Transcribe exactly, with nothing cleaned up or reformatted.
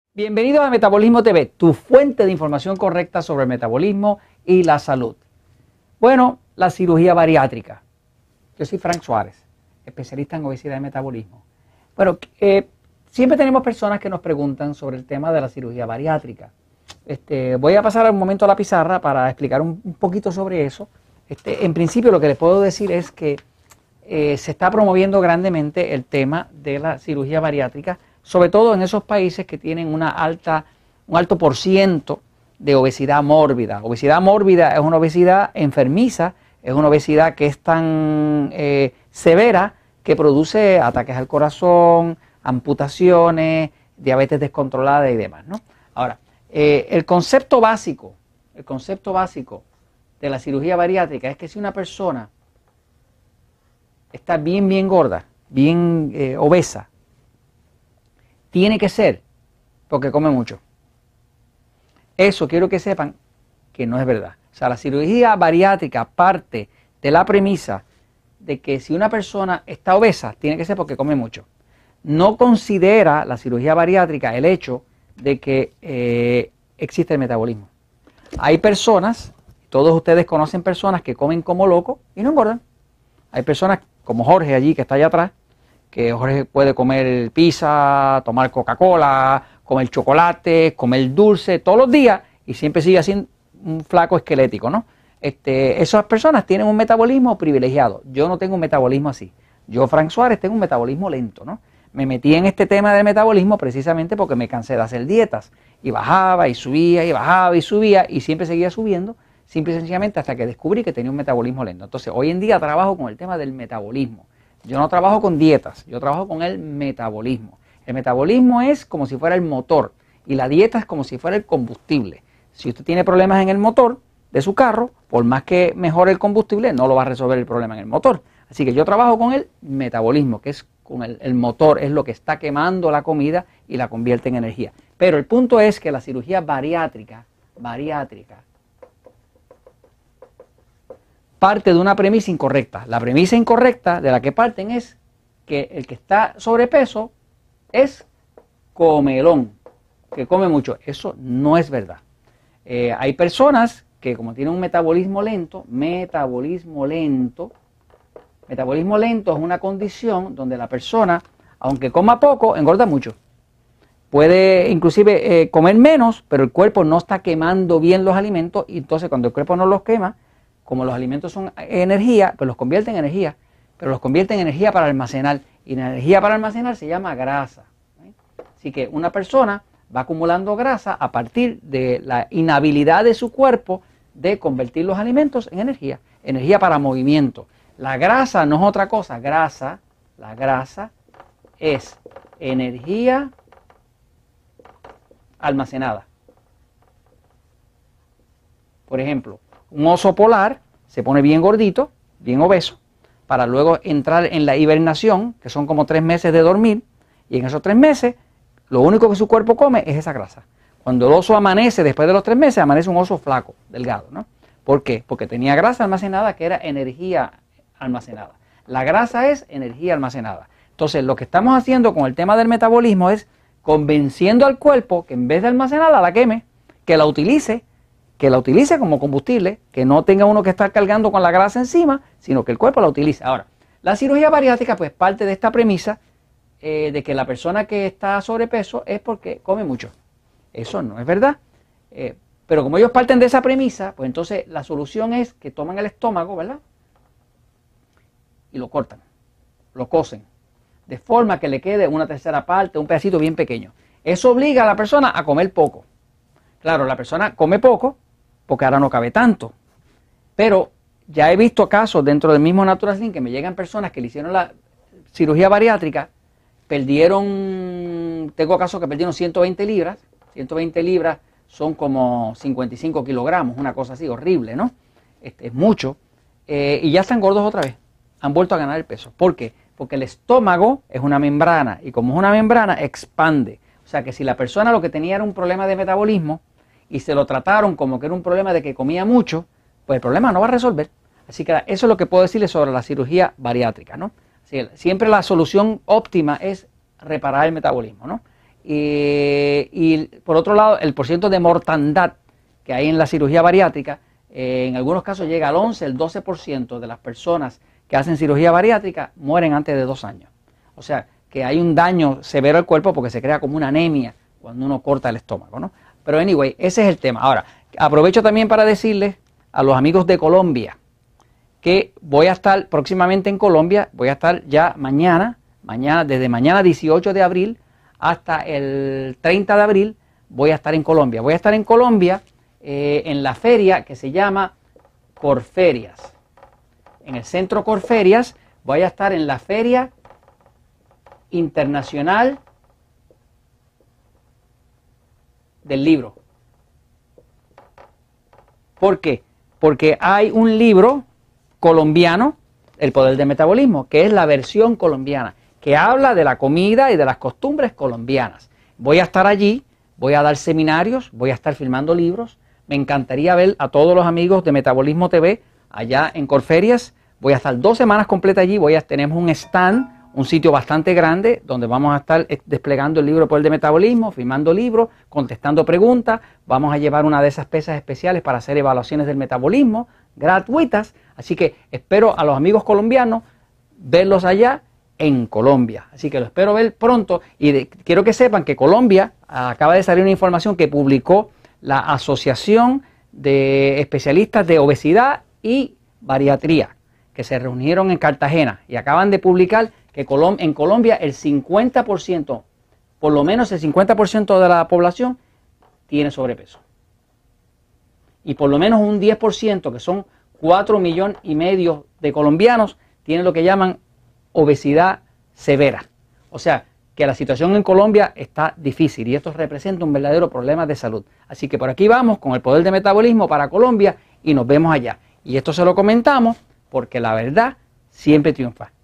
Bienvenidos a Metabolismo T V, tu fuente de información correcta sobre el metabolismo y la salud. Bueno, la cirugía bariátrica. Yo soy Frank Suárez, especialista en obesidad y metabolismo. Bueno, eh, siempre tenemos personas que nos preguntan sobre el tema de la cirugía bariátrica. Este, voy a pasar un momento a la pizarra para explicar un, un poquito sobre eso. Este, en principio, lo que les puedo decir es que eh, se está promoviendo grandemente el tema de la cirugía bariátrica, sobre todo en esos países que tienen una alta, un alto por ciento de obesidad mórbida. Obesidad mórbida es una obesidad enfermiza, es una obesidad que es tan eh, severa que produce ataques al corazón, amputaciones, diabetes descontrolada y demás, ¿no? Ahora, eh, el concepto básico, el concepto básico de la cirugía bariátrica es que si una persona está bien, bien gorda, bien eh, obesa, tiene que ser porque come mucho. Eso quiero que sepan que no es verdad. O sea, la cirugía bariátrica parte de la premisa de que si una persona está obesa, tiene que ser porque come mucho. No considera la cirugía bariátrica el hecho de que eh, existe el metabolismo. Hay personas, todos ustedes conocen personas que comen como locos y no engordan. Hay personas como Jorge allí, que está allá atrás, que Jorge puede comer pizza, tomar Coca-Cola, comer chocolate, comer dulce todos los días y siempre sigue así un flaco esquelético, ¿no? Este, esas personas tienen un metabolismo privilegiado. Yo no tengo un metabolismo así. Yo, Frank Suárez, tengo un metabolismo lento, ¿no? Me metí en este tema del metabolismo precisamente porque me cansé de hacer dietas y bajaba y subía y bajaba y subía y siempre seguía subiendo, simple y sencillamente hasta que descubrí que tenía un metabolismo lento. Entonces, hoy en día trabajo con el tema del metabolismo. Yo no trabajo con dietas, yo trabajo con el metabolismo. El metabolismo es como si fuera el motor y la dieta es como si fuera el combustible. Si usted tiene problemas en el motor de su carro, por más que mejore el combustible, no lo va a resolver el problema en el motor. Así que yo trabajo con el metabolismo, que es con el, el motor, es lo que está quemando la comida y la convierte en energía. Pero el punto es que la cirugía bariátrica, bariátrica, parte de una premisa incorrecta. La premisa incorrecta de la que parten es que el que está sobrepeso es comelón, que come mucho. Eso no es verdad. Eh, hay personas que como tienen un metabolismo lento, metabolismo lento, metabolismo lento es una condición donde la persona, aunque coma poco, engorda mucho. Puede inclusive eh, comer menos, pero el cuerpo no está quemando bien los alimentos y entonces cuando el cuerpo no los quema, como los alimentos son energía, pues los convierte en energía, pero los convierte en energía para almacenar. Y la energía para almacenar se llama grasa. ¿Sí? Así que una persona va acumulando grasa a partir de la inhabilidad de su cuerpo de convertir los alimentos en energía. Energía para movimiento. La grasa no es otra cosa. Grasa, la grasa es energía almacenada. Por ejemplo, un oso polar se pone bien gordito, bien obeso, para luego entrar en la hibernación, que son como tres meses de dormir, y en esos tres meses lo único que su cuerpo come es esa grasa. Cuando el oso amanece, después de los tres meses, amanece un oso flaco, delgado, ¿no? ¿Por qué? Porque tenía grasa almacenada que era energía almacenada. La grasa es energía almacenada. Entonces, lo que estamos haciendo con el tema del metabolismo es convenciendo al cuerpo que en vez de almacenarla, la queme, que la utilice, que la utilice como combustible, que no tenga uno que estar cargando con la grasa encima, sino que el cuerpo la utilice. Ahora, la cirugía bariátrica pues parte de esta premisa eh, de que la persona que está sobrepeso es porque come mucho. Eso no es verdad. Eh, pero como ellos parten de esa premisa, pues entonces la solución es que toman el estómago, ¿verdad? Y lo cortan, lo cosen, de forma que le quede una tercera parte, un pedacito bien pequeño. Eso obliga a la persona a comer poco. Claro, la persona come poco, porque ahora no cabe tanto. Pero ya he visto casos dentro del mismo Natural Slim que me llegan personas que le hicieron la cirugía bariátrica, perdieron, tengo casos que perdieron ciento veinte libras, ciento veinte libras son como cincuenta y cinco kilogramos, una cosa así, horrible, ¿no? Este, es mucho, eh, y ya están gordos otra vez, han vuelto a ganar el peso. ¿Por qué? Porque el estómago es una membrana, y como es una membrana, expande. O sea que si la persona lo que tenía era un problema de metabolismo, y se lo trataron como que era un problema de que comía mucho, pues el problema no va a resolver. Así que eso es lo que puedo decirles sobre la cirugía bariátrica, ¿no? Así que siempre la solución óptima es reparar el metabolismo, ¿no? y, y por otro lado el porcentaje de mortandad que hay en la cirugía bariátrica, eh, en algunos casos llega al once, el doce por ciento de las personas que hacen cirugía bariátrica mueren antes de dos años. O sea, que hay un daño severo al cuerpo porque se crea como una anemia cuando uno corta el estómago, ¿no? Pero anyway, ese es el tema. Ahora, aprovecho también para decirles a los amigos de Colombia que voy a estar próximamente en Colombia, voy a estar ya mañana, mañana desde mañana dieciocho de abril hasta el treinta de abril, voy a estar en Colombia. Voy a estar en Colombia eh, en la feria que se llama Corferias. En el centro Corferias voy a estar en la Feria Internacional del Libro. ¿Por qué? Porque hay un libro colombiano, El Poder del Metabolismo, que es la versión colombiana, que habla de la comida y de las costumbres colombianas. Voy a estar allí, voy a dar seminarios, voy a estar filmando libros. Me encantaría ver a todos los amigos de Metabolismo T V allá en Corferias. Voy a estar dos semanas completas allí, voy a, tenemos un stand, un sitio bastante grande donde vamos a estar desplegando el libro Poder de Metabolismo, filmando libros, contestando preguntas. Vamos a llevar una de esas pesas especiales para hacer evaluaciones del metabolismo gratuitas. Así que espero a los amigos colombianos verlos allá en Colombia. Así que lo espero ver pronto y de, quiero que sepan que Colombia acaba de salir una información que publicó la Asociación de Especialistas de Obesidad y Bariatría, que se reunieron en Cartagena y acaban de publicar que en Colombia el cincuenta por ciento, por lo menos el cincuenta por ciento de la población tiene sobrepeso. Y por lo menos un diez por ciento, que son cuatro millones y medio de colombianos, tienen lo que llaman obesidad severa. O sea, que la situación en Colombia está difícil y esto representa un verdadero problema de salud. Así que por aquí vamos con el Poder de Metabolismo para Colombia y nos vemos allá. Y esto se lo comentamos porque la verdad siempre triunfa.